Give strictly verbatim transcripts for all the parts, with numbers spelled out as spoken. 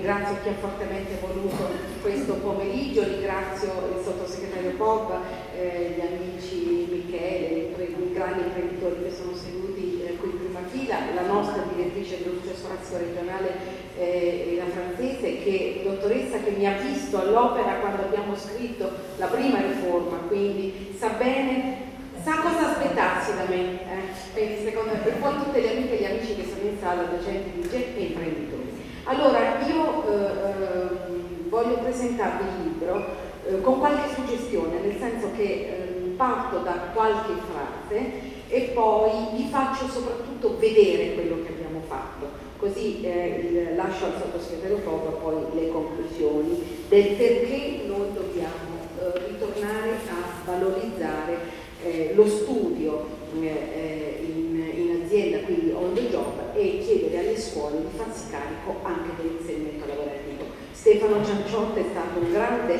ringrazio chi ha fortemente voluto questo pomeriggio, ringrazio il sottosegretario Poppa, eh, gli amici Michele, i grandi imprenditori che sono seduti eh, qui in prima fila, la nostra direttrice dell'ufficio spazio regionale eh, la francese, che dottoressa che mi ha visto all'opera quando abbiamo scritto la prima riforma, quindi sa bene, sa cosa aspettarsi da me, eh? Secondo me, e poi tutte le amiche e gli amici che sono in sala, docenti, dirigenti e imprenditori. Allora, io eh, eh, voglio presentarvi il libro eh, con qualche suggestione, nel senso che eh, parto da qualche frase e poi vi faccio soprattutto vedere quello che abbiamo fatto, così eh, il, lascio al sottosegretario Poppa poi le conclusioni del perché noi dobbiamo eh, ritornare a valorizzare Eh, lo studio eh, in, in azienda, quindi on the job, e chiedere alle scuole di farsi carico anche dell'insegnamento lavorativo. Stefano Cianciotto è stato un grande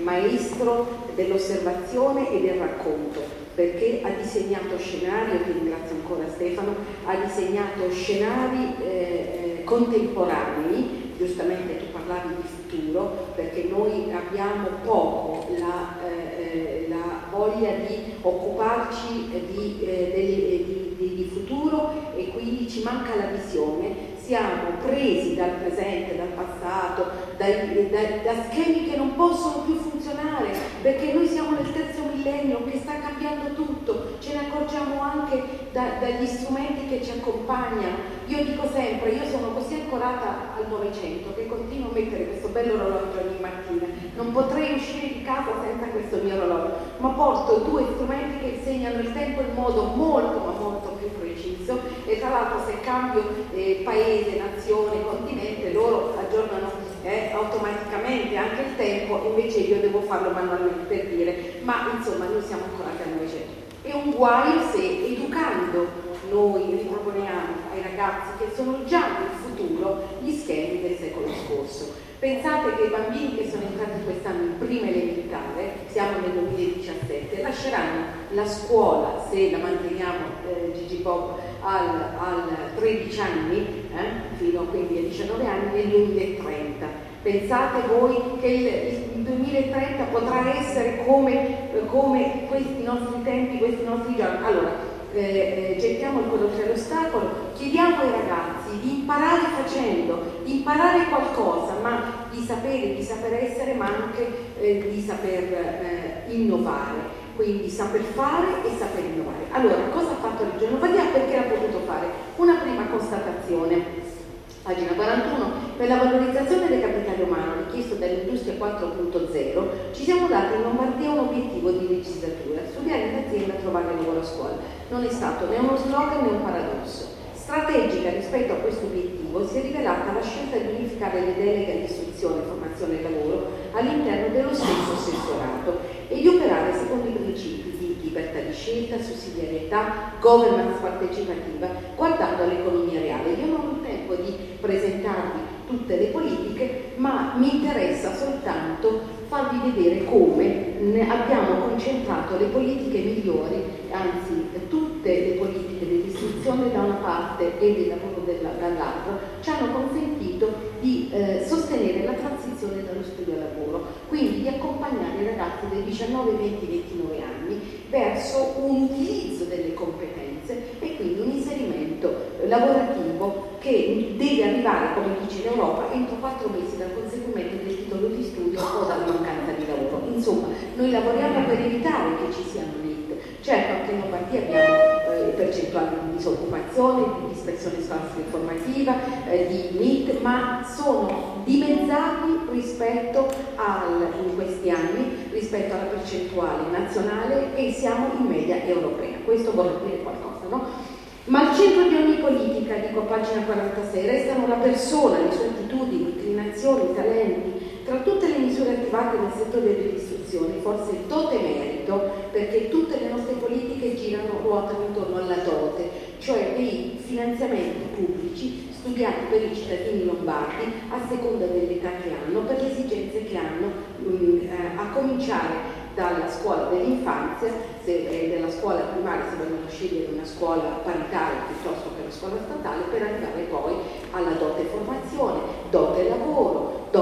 maestro dell'osservazione e del racconto, perché ha disegnato scenari, io ti ringrazio ancora Stefano, ha disegnato scenari eh, contemporanei. Giustamente tu parlavi di futuro, perché noi abbiamo poco la, eh, la voglia di occuparci di, eh, di, di, di futuro, e quindi ci manca la visione. Siamo presi dal presente, dal passato, dai, da, da schemi che non possono più funzionare, perché noi siamo nel terzo millennio che sta cambiando tutto, ce ne accorgiamo anche da, dagli strumenti che ci accompagnano. Io dico sempre, io sono così ancorata al Novecento che continuo a mettere questo bello orologio ogni mattina, non potrei uscire di casa senza questo mio orologio, ma porto due strumenti che segnano il tempo in modo molto ma molto più preciso, e tra l'altro se cambio eh, paese, nazione, continente, loro aggiornano eh, automaticamente anche il tempo, invece io devo farlo manualmente, per dire, ma insomma noi siamo ancorati al Novecento. È un guaio se educando noi riproponiamo ai ragazzi che sono già nel futuro gli schemi del secolo scorso. Pensate che i bambini che sono entrati quest'anno in prima elementare, siamo nel duemiladiciassette, lasceranno la scuola, se la manteniamo eh, Gigi Pop al, al tredici anni, eh, fino quindi ai diciannove anni, nel duemilatrenta. Pensate voi che il, il duemilatrenta potrà essere come, come questi nostri tempi, questi nostri giorni. Allora, Eh, eh, gettiamo il codo tra l'ostacolo, chiediamo ai ragazzi di imparare facendo, di imparare qualcosa, ma di sapere, di saper essere, ma anche eh, di saper eh, innovare, quindi saper fare e saper innovare. Allora, cosa ha fatto Reggio Lombardia? Perché l'ha potuto fare? Una prima constatazione. Pagina quarantuno, per la valorizzazione del capitale umano richiesto dall'industria quattro punto zero, ci siamo dati in Lombardia un obiettivo di legislatura: studiare in azienda, trovare lavoro a scuola. Non è stato né uno slogan né un paradosso. Strategica rispetto a questo obiettivo si è rivelata la scelta di unificare le deleghe all'istruzione, formazione e lavoro all'interno dello stesso assessorato e di operare secondo i principi di libertà di scelta, sussidiarietà, governance partecipativa, guardando all'economia reale. Io non ho tempo di presentarvi tutte le politiche, ma mi interessa soltanto farvi vedere come abbiamo concentrato le politiche migliori, anzi tutte le politiche dell'istruzione da una parte e del lavoro dall'altra, ci hanno consentito di eh, sostenere la transizione dallo studio al lavoro, quindi di accompagnare i ragazzi dei diciannove, venti, ventinove anni verso un utilizzo delle competenze e quindi un inserimento lavorativo che deve arrivare, come dice l'Europa, entro quattro mesi dal conseguimento del titolo di studio o dalla mancanza di lavoro. Insomma, noi lavoriamo per evitare che ci siano N I T. Certo, anche in Lombardia abbiamo eh, percentuali di disoccupazione, di dispersione scolastica informativa, eh, di N I T, ma sono dimezzati rispetto al, in questi anni, rispetto alla percentuale nazionale, e siamo in media europea. Questo vuol dire qualcosa, no? Ma al centro di ogni politica, dico a pagina quarantasei, restano la persona, le sue attitudini, inclinazioni, talenti. Tra tutte le misure attivate nel settore dell'istruzione, forse il dote merito, perché tutte le nostre politiche girano, ruotano intorno alla dote, cioè dei finanziamenti pubblici studiati per i cittadini lombardi a seconda dell'età che hanno, per le esigenze che hanno, mh, eh, a cominciare dalla scuola dell'infanzia, se è della scuola primaria, se vogliono scegliere una scuola paritaria piuttosto che una scuola statale, per arrivare poi alla dote formazione, dote lavoro,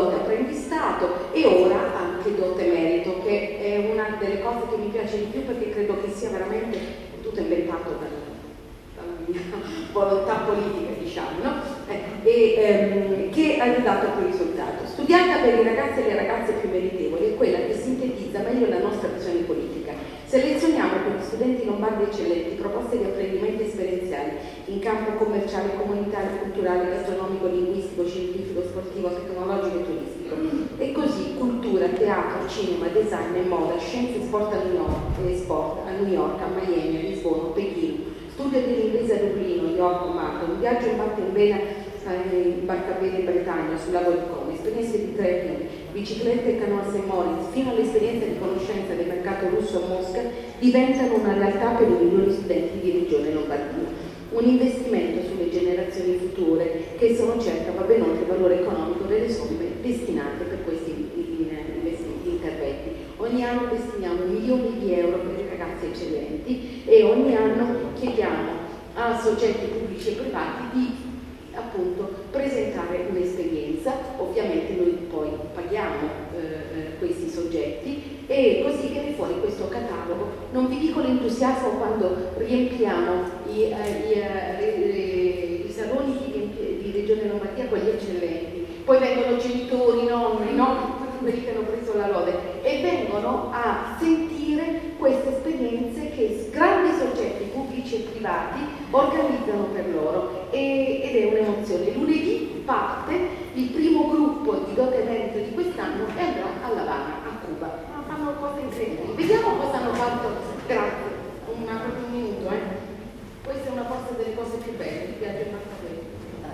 cose che mi piace di più, perché credo che sia veramente tutto inventato dal, dalla mia volontà politica, diciamo, no? Eh, e ehm, che ha dato quel risultato. Studiata per i ragazzi e le ragazze più meritevoli è quella che sintetizza meglio la nostra visione politica. Selezioniamo per gli studenti lombardi eccellenti proposte di apprendimento esperienziali in campo commerciale, comunitario, culturale, gastronomico, linguistico, scientifico, sportivo, tecnologico e turistico. E così cultura, teatro, cinema, design e moda, scienze e sport a New York, e sport a New York, a Miami, a Lisbona, a Pechino, studio dell'inglese a Dublino, York, Malta, un viaggio in barca in vena in barcabene in Bretagna, sul lago di Como, esperienze di trekking, biciclette e canoa Saint Moritz, fino all'esperienza di conoscenza del mercato russo a Mosca, diventano una realtà per i migliori studenti di Regione Lombardia. Un investimento sulle generazioni future che, sono certa, va ben oltre il valore economico delle somme destinate per questi interventi. Ogni anno destiniamo milioni di euro per i ragazzi eccellenti e ogni anno chiediamo a soggetti pubblici e privati di appunto presentare un'esperienza. Ovviamente noi poi paghiamo eh, questi soggetti e così viene fuori questo catalogo. Non vi dico l'entusiasmo quando riempiamo i, eh, i, eh, i saloni di, di Regione Lombardia con gli eccellenti, poi vengono genitori, nonni, no? Quelli che hanno preso la lode e vengono a sentire queste esperienze che grandi soggetti pubblici e privati organizzano per loro e, ed è un'emozione. Lunedì parte il primo gruppo di dote merito di quest'anno e andrà a La Habana, a Cuba. Ma fanno cose incredibili. Vediamo cosa hanno fatto. Grazie. Un, un minuto, eh. Questa è una forse delle cose più belle di viaggio in barcabene.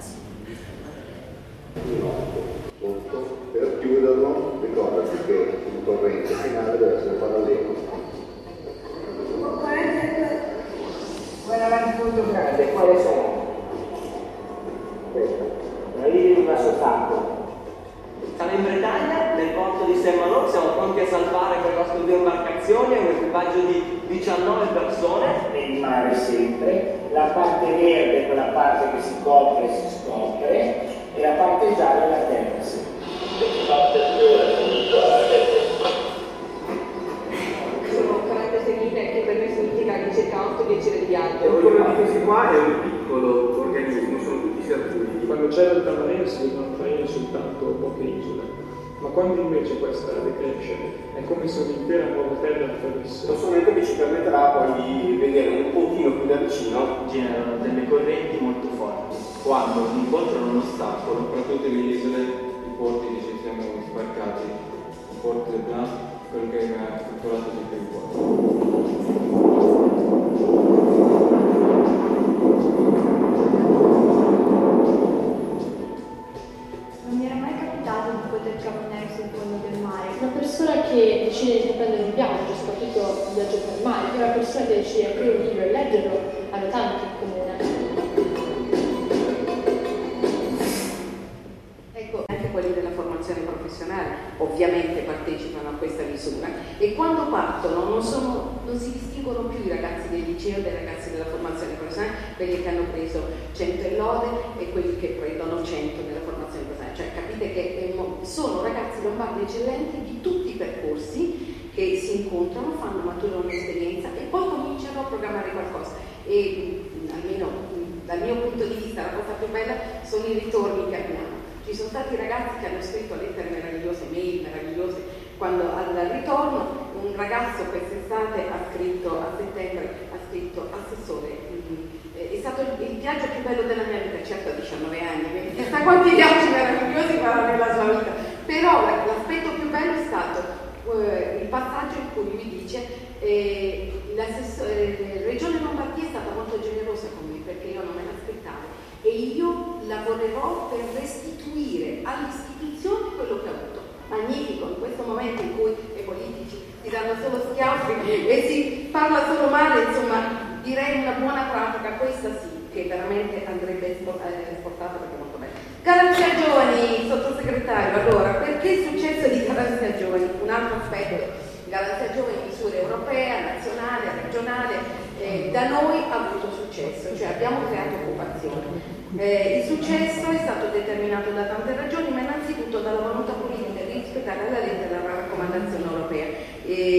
Per chiuderlo, ricordati che il torrente finale deve essere parallelo. Quella avanti molto grande, quali sono? Questa. La linea di basso tanto. Siamo in Bretagna, nel porto di Saint-Malo, siamo pronti a salvare con le nostre due imbarcazioni, un equipaggio di diciannove persone. Nel mare sempre, la parte verde è quella parte che si copre e si scopre, e la parte gialla è la terra. Sì. Sono caratteristiche che per me significa che c'è caos e c'è il viaggio. Il quello di questi qua è un piccolo organismo, sono tutti serpulidi. Quando c'è l'altalena si vedono traine soltanto poche isole, ma quando invece questa decresce è come se un'intera nuova terra apparisse. Lo strumento che ci permetterà poi di vedere un pochino più da vicino. Generano delle correnti molto forti. Quando incontrano un ostacolo, per tutte le isole, i porti che ci siamo sbarcati, il porto del Blanc, quello che mi ha strutturato di più il porto. Una persona che decide di intraprendere un viaggio, soprattutto un viaggio per mare, una persona che decide di aprire un libro e leggerlo, hanno tanto in comune. Ecco, anche quelli della formazione professionale ovviamente partecipano a questa misura e quando partono non, sono, non si distinguono più i ragazzi del liceo dai ragazzi della formazione professionale, quelli che hanno preso cento e lode e quelli che prendono cento nella formazione professionale. Cioè capite che sono ragazzi lombardi eccellenti di tutti i percorsi che si incontrano, fanno, maturano un'esperienza e poi cominciano a programmare qualcosa. E almeno dal mio punto di vista la cosa più bella sono i ritorni che abbiamo. Ci sono stati ragazzi che hanno scritto lettere meravigliose, mail meravigliose, quando al ritorno un ragazzo quest'estate ha scritto, a settembre, ha scritto assessore, è stato il viaggio più bello della mia vita, certo a diciannove anni, quindi chissà quanti viaggi meravigliosi farà nella sua vita, però l'aspetto più bello è stato eh, il passaggio in cui lui dice eh, l'assessore, Regione Lombardia è stata molto generosa con me perché io non me l'aspettavo e io lavorerò per restituire all'istituzione quello che ho avuto. Magnifico, in questo momento in cui i politici si danno solo schiaffi e si parla solo male, insomma, direi una buona pratica, questa sì, che veramente andrebbe esportata perché è molto bella. Garanzia Giovani, sottosegretario, allora, perché il successo di Garanzia Giovani? Un altro aspetto, Garanzia Giovani misura europea, nazionale, regionale, eh, da noi ha avuto successo, cioè abbiamo creato occupazione. Eh, il successo è stato determinato da tante ragioni, ma innanzitutto dalla volontà politica di rispettare alla lettera la raccomandazione europea. Eh, Gigi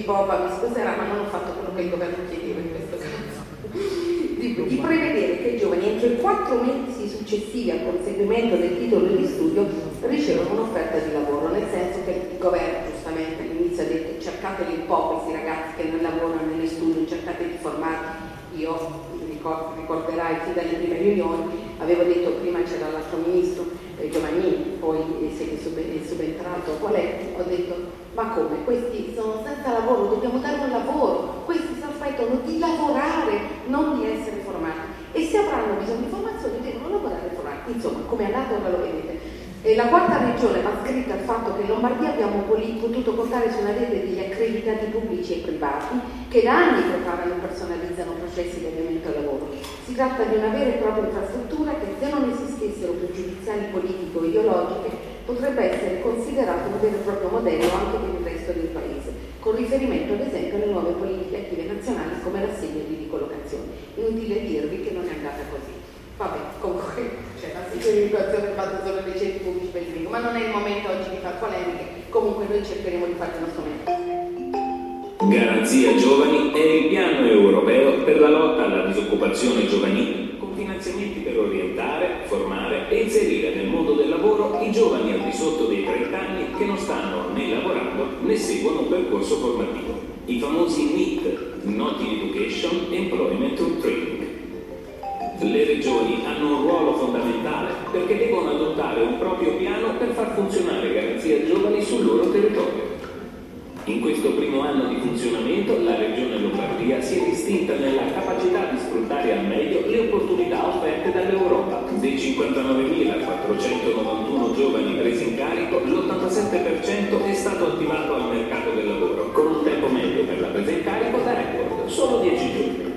Poppa mi scuserà, ma non ho fatto quello che il governo chiedeva in questo caso. Di, di prevedere che i giovani entro i quattro mesi successivi al conseguimento del titolo di studio ricevono un'offerta di lavoro, nel senso che il governo giustamente all'inizio ha detto cercateli un po' questi ragazzi che non lavorano nelle studio, cercate di formarli. Io ricorderai fin dalle prime riunioni avevo detto, prima c'era l'altro ministro eh, Giovannini, poi è subentrato Poletti, ho detto ma come, questi sono senza lavoro, dobbiamo dare un lavoro, questi si aspettano di lavorare, non di essere formati, e se avranno bisogno di formazione devono lavorare e formati. Insomma, come è andato ora lo vedete. E la quarta regione ha scritto il fatto che in Lombardia abbiamo potuto contare su una rete degli accreditati pubblici e privati che da anni preparano e personalizzano processi di avviamento al lavoro. Si tratta di una vera e propria infrastruttura che, se non esistessero pregiudiziali politico-ideologiche, potrebbe essere considerato un vero e proprio modello anche per il resto del Paese, con riferimento ad esempio alle nuove politiche attive nazionali come l'assegno di ricollocazione. Inutile dirvi che non è andata così. Vabbè, comunque c'è l'assegno di ricollocazione fatto solo dei centri pubblici per il pubblico, ma non è il momento oggi di fare polemiche, comunque noi cercheremo di fare il nostro meglio. Garanzia Giovani è il piano europeo per la lotta alla disoccupazione giovanile, con finanziamenti per orientare, formare e inserire nel mondo del lavoro i giovani al di sotto dei trenta anni che non stanno né lavorando né seguono un percorso formativo. I famosi N I T, Not in Education, Employment or Training. Le regioni hanno un ruolo fondamentale perché devono adottare un proprio piano per far funzionare Garanzia Giovani sul loro territorio. In questo primo anno di funzionamento la Regione Lombardia si è distinta nella capacità di sfruttare al meglio le opportunità offerte dall'Europa. Dei cinquantanovemilaquattrocentonovantuno giovani presi in carico, l'ottantasette per cento è stato attivato al mercato del lavoro, con un tempo medio per la presa in carico da record, solo dieci giorni.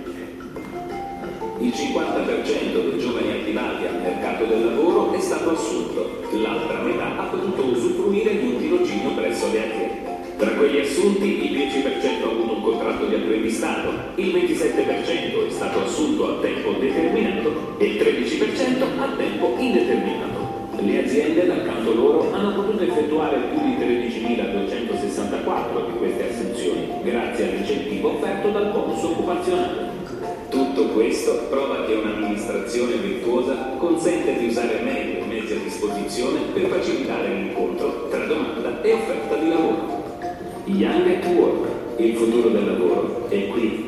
Il cinquanta per cento dei giovani attivati al mercato del lavoro è stato assunto, l'altra metà ha potuto usufruire di un tirocinio presso le aziende. Tra quegli assunti il dieci per cento ha avuto un contratto di apprendistato, il ventisette per cento è stato assunto a tempo determinato e il tredici per cento a tempo indeterminato. Le aziende dal canto loro hanno potuto effettuare più di tredicimiladuecentosessantaquattro di queste assunzioni grazie all'incentivo offerto dal bonus occupazionale. Tutto questo prova che un'amministrazione virtuosa consente di usare meglio i mezzi a disposizione per facilitare l'incontro tra domanda e offerta di lavoro. Young at Work, il futuro del lavoro è qui.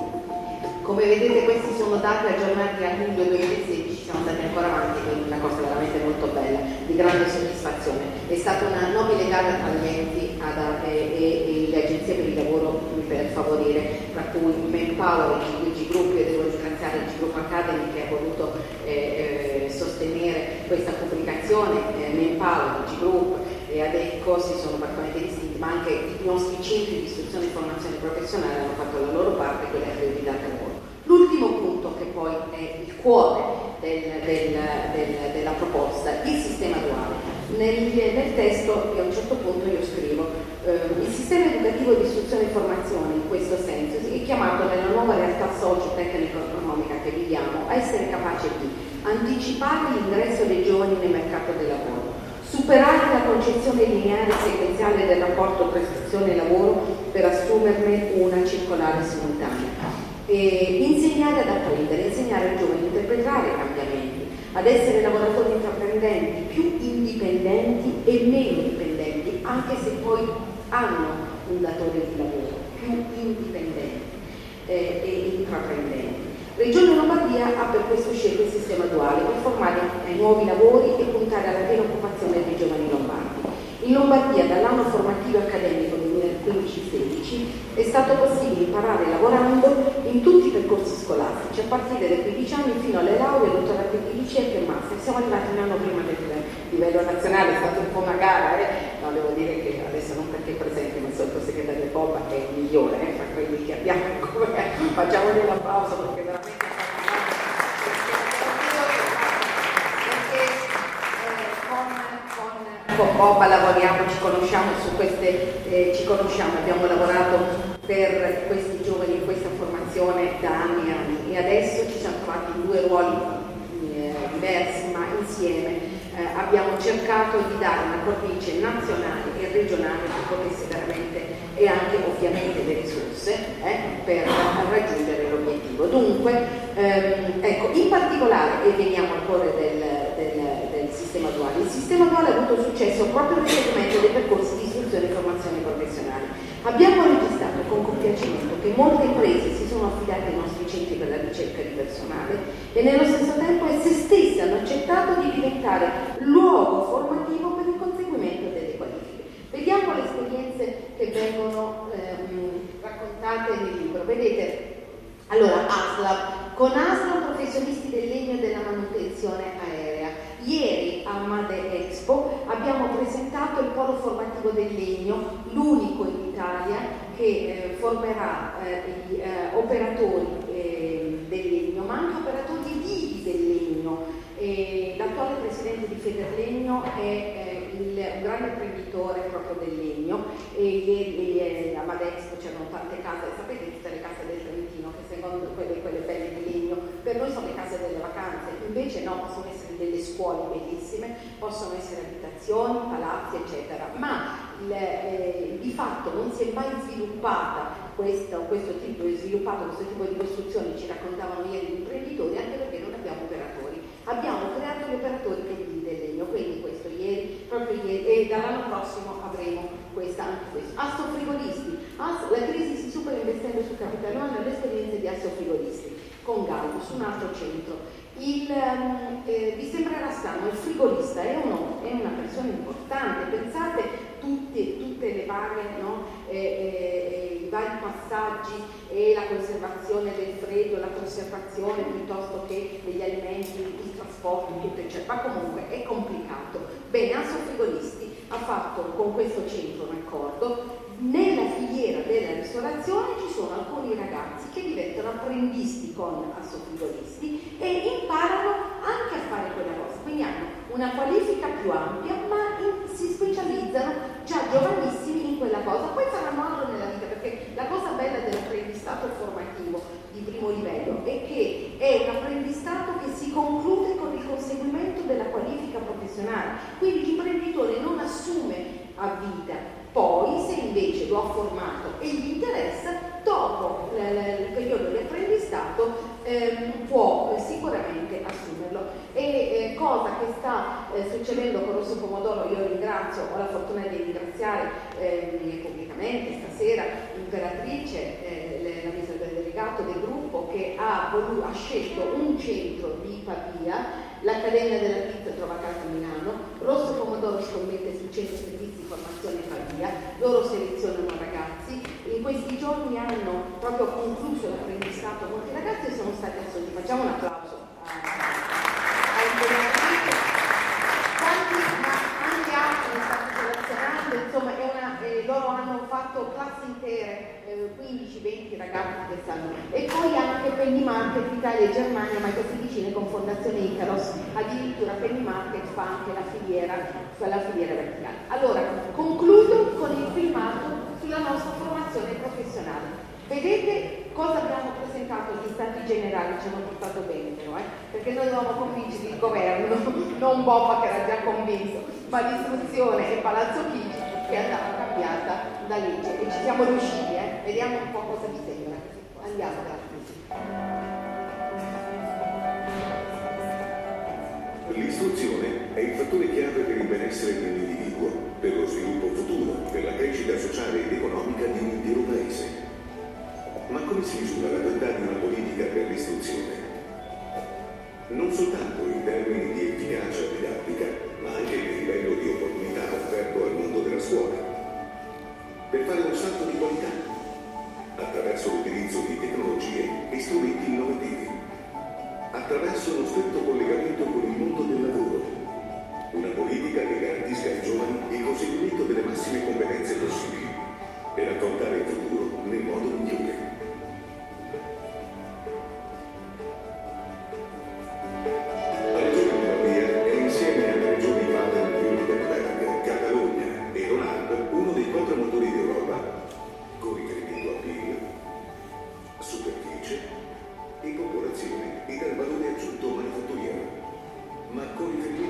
Come vedete questi sono dati aggiornati al luglio duemilasedici, siamo andati ancora avanti, quindi una cosa veramente molto bella, di grande soddisfazione. È stata una nobile gara tra gli enti e, e, e le agenzie per il lavoro per favorire, tra cui Manpower e il G Group. Io devo ringraziare il G Group Academy che ha voluto eh, eh, sostenere questa pubblicazione, eh, Manpower, il G Group e Adecco si sono praticamente distinti, ma anche i nostri centri di istruzione e formazione professionale hanno fatto la loro parte, quella accreditata a loro. L'ultimo punto, che poi è il cuore del, del, del, della proposta, il sistema duale. Nel, nel testo, e a un certo punto io scrivo, eh, il sistema educativo di istruzione e formazione, in questo senso, è chiamato nella nuova realtà socio-tecnico-economica che viviamo a essere capace di anticipare l'ingresso dei giovani nel mercato del lavoro, superare la concezione lineare e sequenziale del rapporto prestazione e lavoro per assumerne una circolare simultanea. E insegnare ad apprendere, insegnare ai giovani a interpretare i cambiamenti, ad essere lavoratori intraprendenti, più indipendenti e meno dipendenti, anche se poi hanno un datore di lavoro, più indipendenti eh, e intraprendenti. Regione Lombardia ha per questo scelto il sistema duale per formare ai nuovi lavori e puntare alla piena occupazione dei giovani lombardi. In Lombardia dall'anno formativo accademico duemilaquindici sedici è stato possibile imparare lavorando in tutti i percorsi scolastici, a partire dai quindici anni fino alle lauree, dottorati di ricerca e master. Siamo arrivati un anno prima del livello nazionale, è stata un po' una gara, eh? No, devo dire che adesso non perché è presente ma il sottosegretario Poppa è il migliore, eh? Fra quelli che abbiamo in governo. Facciamogli un applauso perché veramente con Poppa lavoriamo, ci conosciamo su queste, eh, ci conosciamo, abbiamo lavorato per questi giovani in questa formazione da anni e anni e adesso ci siamo trovati in due ruoli eh, diversi ma insieme eh, abbiamo cercato di dare una cornice nazionale e regionale che potesse veramente, e anche ovviamente le risorse eh, per raggiungere l'obiettivo. Dunque, ehm, ecco, in particolare, e veniamo al cuore del, del, del sistema duale, il sistema duale ha avuto successo proprio nel segmento dei percorsi di istruzione e formazione professionale. Abbiamo registrato con compiacimento che molte imprese si sono affidate ai nostri centri per la ricerca di personale e nello stesso tempo esse stesse hanno accettato di diventare luogo formativo per il conseguimento delle qualifiche. Vediamo le esperienze che vengono ehm, raccontate nel libro. Vedete, allora ASLAB, con ASLAB professionisti del legno e della manutenzione aerea. Ieri a Made Expo abbiamo presentato il polo formativo del legno, l'unico in Italia che eh, formerà eh, gli eh, operatori eh, del legno, ma anche operatori vivi del legno. E l'attuale presidente di Federlegno è eh, il, un grande imprenditore proprio del legno, e ieri eh, a Made Expo c'erano tante case, sapete tutte le case del Trentino che secondo quelle, quelle belle di legno, per noi sono le case delle vacanze, invece no, possono essere delle scuole bellissime, possono essere abitazioni, palazzi eccetera, ma il, eh, di fatto non si è mai sviluppata questo, questo tipo di sviluppato questo tipo di costruzione, ci raccontavano ieri gli imprenditori, anche perché non abbiamo operatori. Abbiamo creato gli operatori che vivono del legno, quindi questo ieri, proprio ieri, e dall'anno prossimo avremo questa, anche questo. Assofrigolisti, Asso, la crisi si supera investendo sul capitale umano e le esperienze di assofrigolisti, con Gallo, su un altro centro. Il, eh, vi sembrerà strano, il frigolista è, uno, è una persona importante, pensate tutte, tutte le varie, no? eh, eh, i vari passaggi e la conservazione del freddo, la conservazione piuttosto che degli alimenti, il trasporto, tutto eccetera, ma comunque è complicato. Bene, Assofrigolisti ha fatto con questo centro un accordo. Nella filiera della ristorazione ci sono alcuni ragazzi che diventano apprendisti con assofrigolisti e imparano anche a fare quella cosa, quindi hanno una qualifica più ampia, ma in, si specializzano già giovanissimi in quella cosa, poi faranno altro nella vita, perché la cosa bella dell'apprendistato formativo di primo livello è che è un apprendistato che si conclude con il conseguimento della qualifica professionale, quindi l'imprenditore non assume a vita. Poi, se invece lo ha formato e gli interessa, dopo l- l- il periodo di apprendistato ehm, può eh, sicuramente assumerlo. E eh, cosa che sta eh, succedendo con Rosso Pomodoro, io ringrazio, ho la fortuna di ringraziare eh, pubblicamente stasera Imperatrice, eh, l'amministratore delegato del gruppo, che ha, voluto, ha scelto un centro di Pavia, l'Accademia della Pizza trova casa a Milano, Rosso Pomodoro scommette sul centro servizi di formazione Pavia, loro selezionano ragazzi, in questi giorni hanno proprio concluso l'apprendistato molti ragazzi e sono stati assunti. Facciamo un applauso a, a Imperatrice, tanti, ma anche altri stanno selezionando, insomma è una, eh, loro hanno fatto classi intere, quindici venti ragazzi che stanno, e poi anche Pennymarket Italia e Germania, ma queste vicine con Fondazione Icaros, addirittura Pennymarket fa anche la filiera, fa la filiera verticale. Allora, concludo con il filmato sulla nostra formazione professionale. Vedete cosa abbiamo presentato agli stati generali, ci hanno portato bene però, eh? Perché noi dovevamo convincere il governo, non Boffa che era già convinto, ma l'istruzione e Palazzo Chigi che andava cambiata da legge, e ci siamo riusciti, eh? Vediamo un po' cosa vi sembra. Andiamo, grazie. L'istruzione è il fattore chiave per il benessere dell'individuo, per lo sviluppo futuro, per la crescita sociale ed economica di un intero paese. Ma come si misura la qualità di una politica per l'istruzione? Non soltanto in termini di efficacia didattica, ma anche nel livello di opportunità offerto al mondo della scuola. Per fare un salto di qualità, attraverso l'utilizzo di tecnologie e strumenti innovativi, attraverso uno stretto collegamento con il mondo del lavoro, una politica che garantisca ai giovani il conseguimento delle massime competenze possibili per affrontare il futuro nel modo migliore. La Regione Lombardia è insieme alle regioni Baden-Württemberg, Catalogna e Ronaldo uno dei quattro motori d'Europa con riferimento a P I L, superficie e popolazione e dal valore aggiunto manifatturiero, ma con riferimento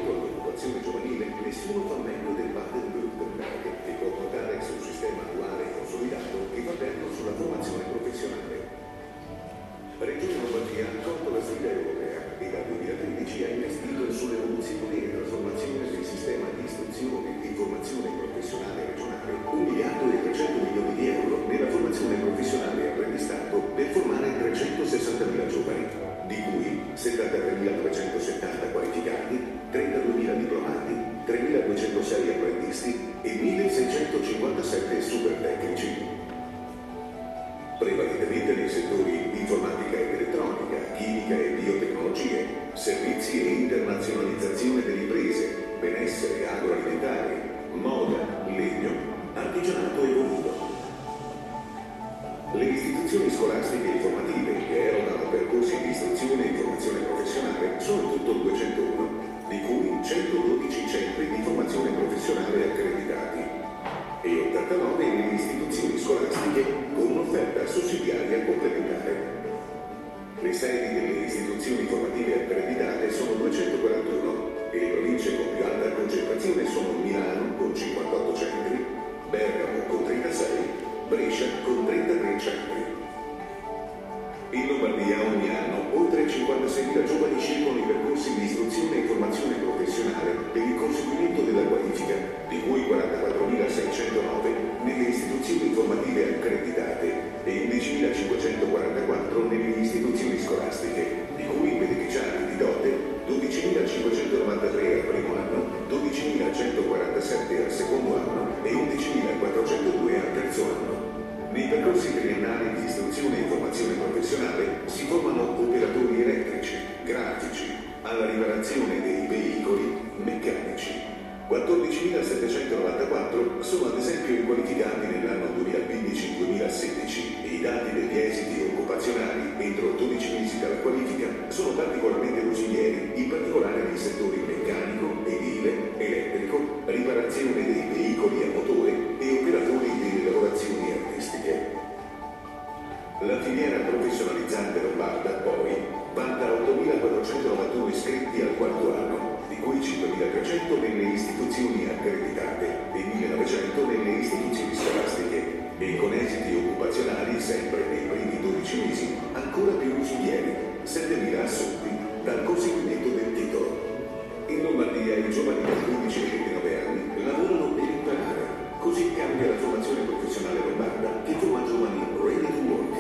nessuno fa meglio del Baden-Württemberg, che può contare sul sistema duale consolidato che va aperto sulla formazione professionale. Regione Lombardia ha accolto la sfida europea e dal duemilatredici ha investito sull'evoluzione e trasformazione del sistema di istruzione e formazione professionale regionale un miliardo e trecento milioni di euro nella formazione professionale e apprendistato per formare trecentosessantamila giovani, di cui settantatremiladuecentosettanta qualificati, trentaduemila diplomati, tremiladuecentosei apprendisti e milleseicentocinquantasette supertecnici. Prevalentemente nei settori informatica ed elettronica, chimica e biotecnologie, servizi e internazionalizzazione delle imprese, benessere agroalimentare, moda, legno, artigianato e voluto. Le istituzioni scolastiche e formative che erogano percorsi di istruzione e formazione professionale sono in tutto duecentouno, di cui centododici centri di formazione professionale accreditati e ottantanove nelle istituzioni scolastiche con un'offerta sussidiaria complementare. Le sedi delle istituzioni formative accreditate sono duecentoquarantuno e le province con più alta concentrazione sono Milano con cinquantotto centri, Bergamo con trentasei, Brescia con trentatré centri. In Lombardia ogni anno oltre cinquantaseimila giovani scelgono i percorsi di istruzione e formazione professionale per il conseguimento della qualifica, di cui quarantaquattromilaseicentonove nelle istituzioni formative accreditate e undicimilacinquecentoquarantaquattro nelle istituzioni scolastiche, di cui beneficiari di dote dodicimilacinquecentonovantatré al primo anno, dodicimilacentoquarantasette al secondo anno e undicimilaquattrocentodue al terzo anno. Nei percorsi triennali di istruzione e formazione professionale si formano operatori elettrici, grafici, alla riparazione dei veicoli, meccanici. quattordicimilasettecentonovantaquattro sono ad esempio i qualificati nell'anno duemilaquindici duemilasedici e i dati degli esiti occupazionali entro dodici mesi dalla qualifica sono particolarmente lusinghieri, in particolare nei settori meccanico, edile, elettrico, riparazione dei veicoli a motore e operatori delle lavorazioni artistiche. La filiera professionalizzante lombarda, poi, vanta ottomilaquattrocentonovantuno iscritti al quarto anno, di cui cinquemilatrecento nelle istituzioni accreditate e millenovecento nelle istituzioni scolastiche, e con esiti occupazionali sempre nei primi dodici mesi ancora più lusinghieri, settemila assunti dal conseguimento del titolo. In Lombardia i giovani da quindici ai ventinove anni lavorano per imparare, così cambia la formazione professionale lombarda che forma giovani ready to work.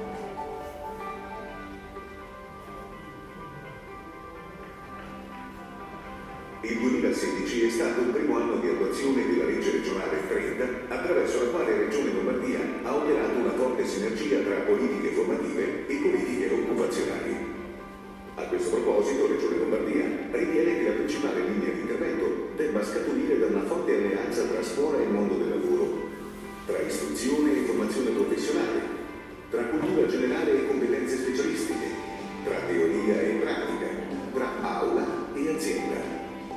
Il duemilasedici è stato il primo anno di attuazione della legge regionale trenta, attraverso la quale Regione Lombardia ha operato una forte sinergia tra politiche formative e politiche occupazionali. A questo proposito, Regione Lombardia ritiene che la principale linea di intervento debba scaturire da una forte alleanza tra scuola e mondo del lavoro, tra istruzione e formazione professionale, tra cultura generale e competenze specialistiche, tra teoria e pratica, tra aula e azienda.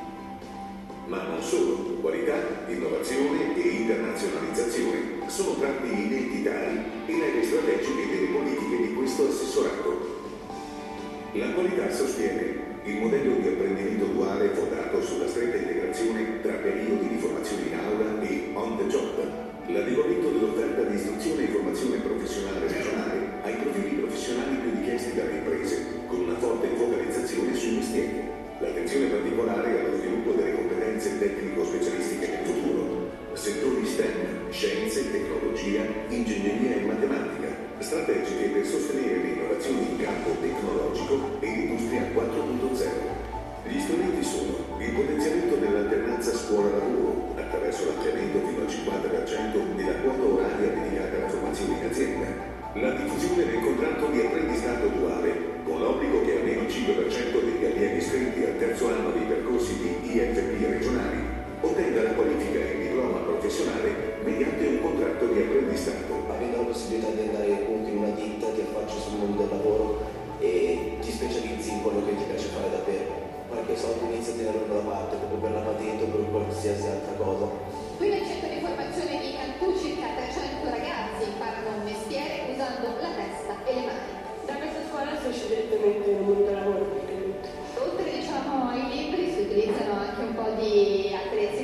Ma non solo, qualità, innovazione e internazionalizzazione sono tratti identitari e leve strategiche delle politiche di questo assessorato. La qualità sostiene il modello di apprendimento duale fondato sulla stretta integrazione tra periodi di formazione in aula e on the job, l'adeguamento dell'offerta di istruzione e formazione professionale regionale ai profili professionali più richiesti dalle imprese, con una forte focalizzazione sui mestieri. L'attenzione particolare allo sviluppo delle competenze tecnico-specialistiche nel futuro, settori STEM, scienze, tecnologia, ingegneria e matematica, strategiche per sostenere le innovazioni in campo tecnologico e l'industria quattro punto zero. Gli strumenti sono il potenziamento dell'alternanza scuola-lavoro attraverso l'ampliamento fino al cinquanta per cento della quota oraria dedicata alla formazione in azienda, la diffusione del contratto di apprendistato duale con l'obbligo che almeno il cinque per cento degli allievi iscritti al terzo anno dei percorsi di I F P regionali ottenga la qualifica in diploma professionale mediante un contratto di apprendistato. Avendo la possibilità di andare appunto in una ditta, ti affacci sul mondo del lavoro e ti specializzi in quello che ti piace fare davvero. Qualche soldo inizia a tenerlo da parte, proprio per la patente o per qualsiasi altra cosa. Qui nel centro di formazione di Cantù circa trecento ragazzi imparano un mestiere usando la testa e le mani. Da questa scuola si sceglie direttamente il mondo del lavoro. Oltre diciamo ai libri si utilizzano anche un po' di attrezzi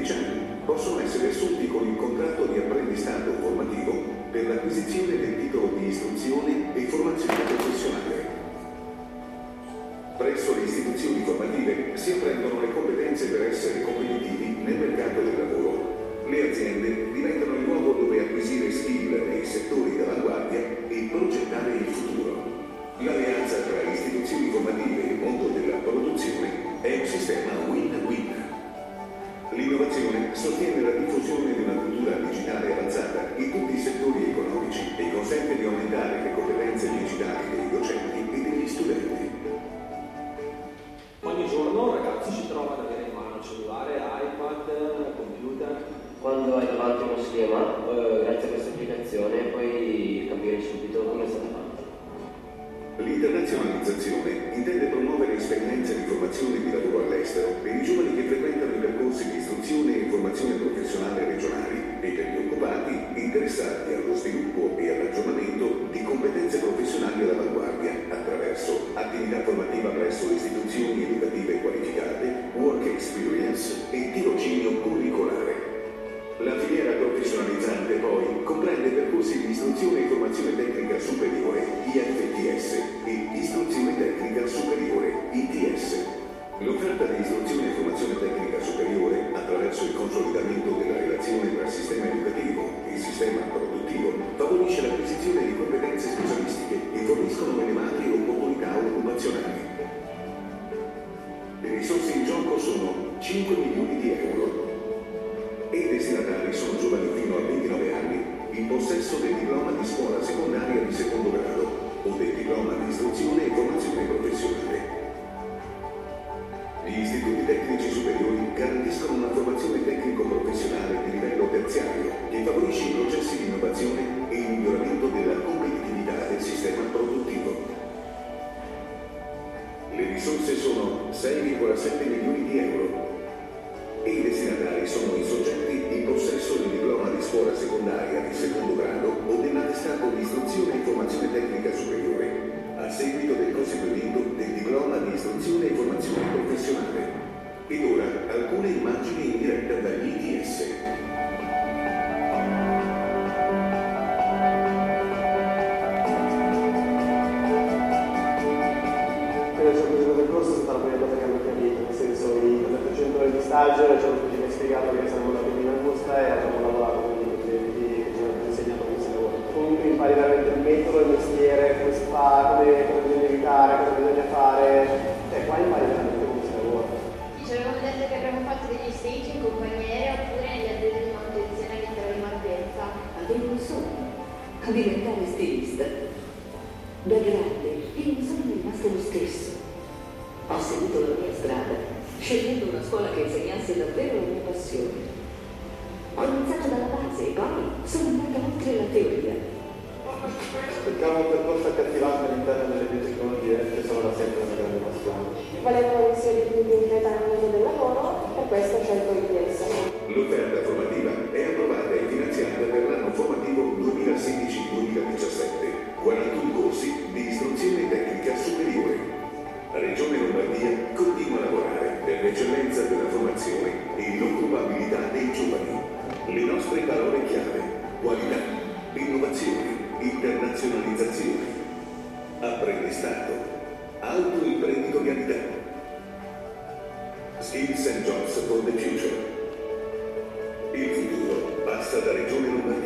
quindici anni possono essere assunti con il contratto di apprendistato formativo per l'acquisizione del titolo di istruzione e formazione professionale. Presso le istituzioni formative si apprendono le competenze per essere competitivi nel mercato del lavoro. Le aziende diventano il luogo dove acquisire skill nei settori d'avanguardia e progettare il futuro. L'alleanza tra istituzioni formative e il mondo della produzione è un sistema win-win. L'innovazione sostiene la diffusione di una cultura digitale avanzata in tutti i settori economici e consente di aumentare le competenze digitali dei docenti e degli studenti. Ogni giorno ragazzi si trovano ad avere in mano cellulare, iPad, computer. Quando hai davanti uno schema, eh, grazie a questa applicazione puoi capire subito come è stato fatto. L'internazionalizzazione intende promuovere esperienze di formazione e di lavoro all'estero per i giovani che frequentano i percorsi di istruzione e formazione professionale regionali e per gli occupati interessati allo sviluppo e all'aggiornamento di competenze professionali all'avanguardia attraverso attività formativa presso istituzioni educative qualificate, work experience e tirocinio curricolare. La filiera professionalizzante poi comprende percorsi di istruzione e formazione tecnica superiore I F T S e istruzione tecnica superiore I T S. L'offerta di istruzione e formazione tecnica superiore, attraverso il consolidamento della relazione tra sistema educativo e sistema produttivo, favorisce l'acquisizione di competenze specialistiche e forniscono elevate opportunità occupazionali. Le risorse in gioco sono cinque milioni di euro. E i destinatari sono giovani fino a ventinove anni in possesso del diploma di scuola secondaria di secondo grado o del diploma di istruzione e formazione professionale. Gli istituti tecnici superiori garantiscono una formazione tecnico-professionale di livello terziario che favorisce i processi di innovazione e il miglioramento della competitività del sistema produttivo. Le risorse sono sei virgola sette milioni di euro. E i destinatari sono i soggetti in possesso del diploma di scuola secondaria di secondo grado o dell'attestato di istruzione e formazione tecnica superiore, a seguito del conseguimento del diploma di istruzione e formazione professionale. Ed ora alcune immagini in diretta dagli I T S. Di stage ci hanno tutti spiegato che siamo andati in Augusta e abbiamo lavorato con gli studenti che ci hanno insegnato come si lavora. Comunque impari veramente il metodo, il mestiere, come si fa, come, come bisogna evitare, cosa bisogna fare, cioè qua impari veramente come si lavora. Ci avevamo detto che avremmo fatto degli stage in compagniere oppure negli addeti di manutenzione all'interno di Malpensa. Avevo un sogno, a diventare stilista. Da grande il mio sogno è rimasto lo stesso. Ho seguito la mia strada, scegliendo una scuola che insegnasse davvero la mia passione. Ho iniziato dalla base e poi sono andata oltre la teoria. Cercavo un percorso accattivante all'interno delle biotecnologie, che sono da sempre una grande passione. Volevo una visione più concreta nel mondo del lavoro, per questo ho scelto il P S. L'offerta formativa è approvata e finanziata per l'anno formativo duemilasedici duemiladiciassette, quarantuno corsi di istruzione tecnica superiore. La Regione Lombardia continua a lavorare per l'eccellenza della formazione e l'occupabilità dei giovani. Le nostre parole chiave: qualità, innovazione, internazionalizzazione, apprendistato, autoimprenditorialità. Skills and Jobs for the Future. Il futuro passa da Regione Lombardia.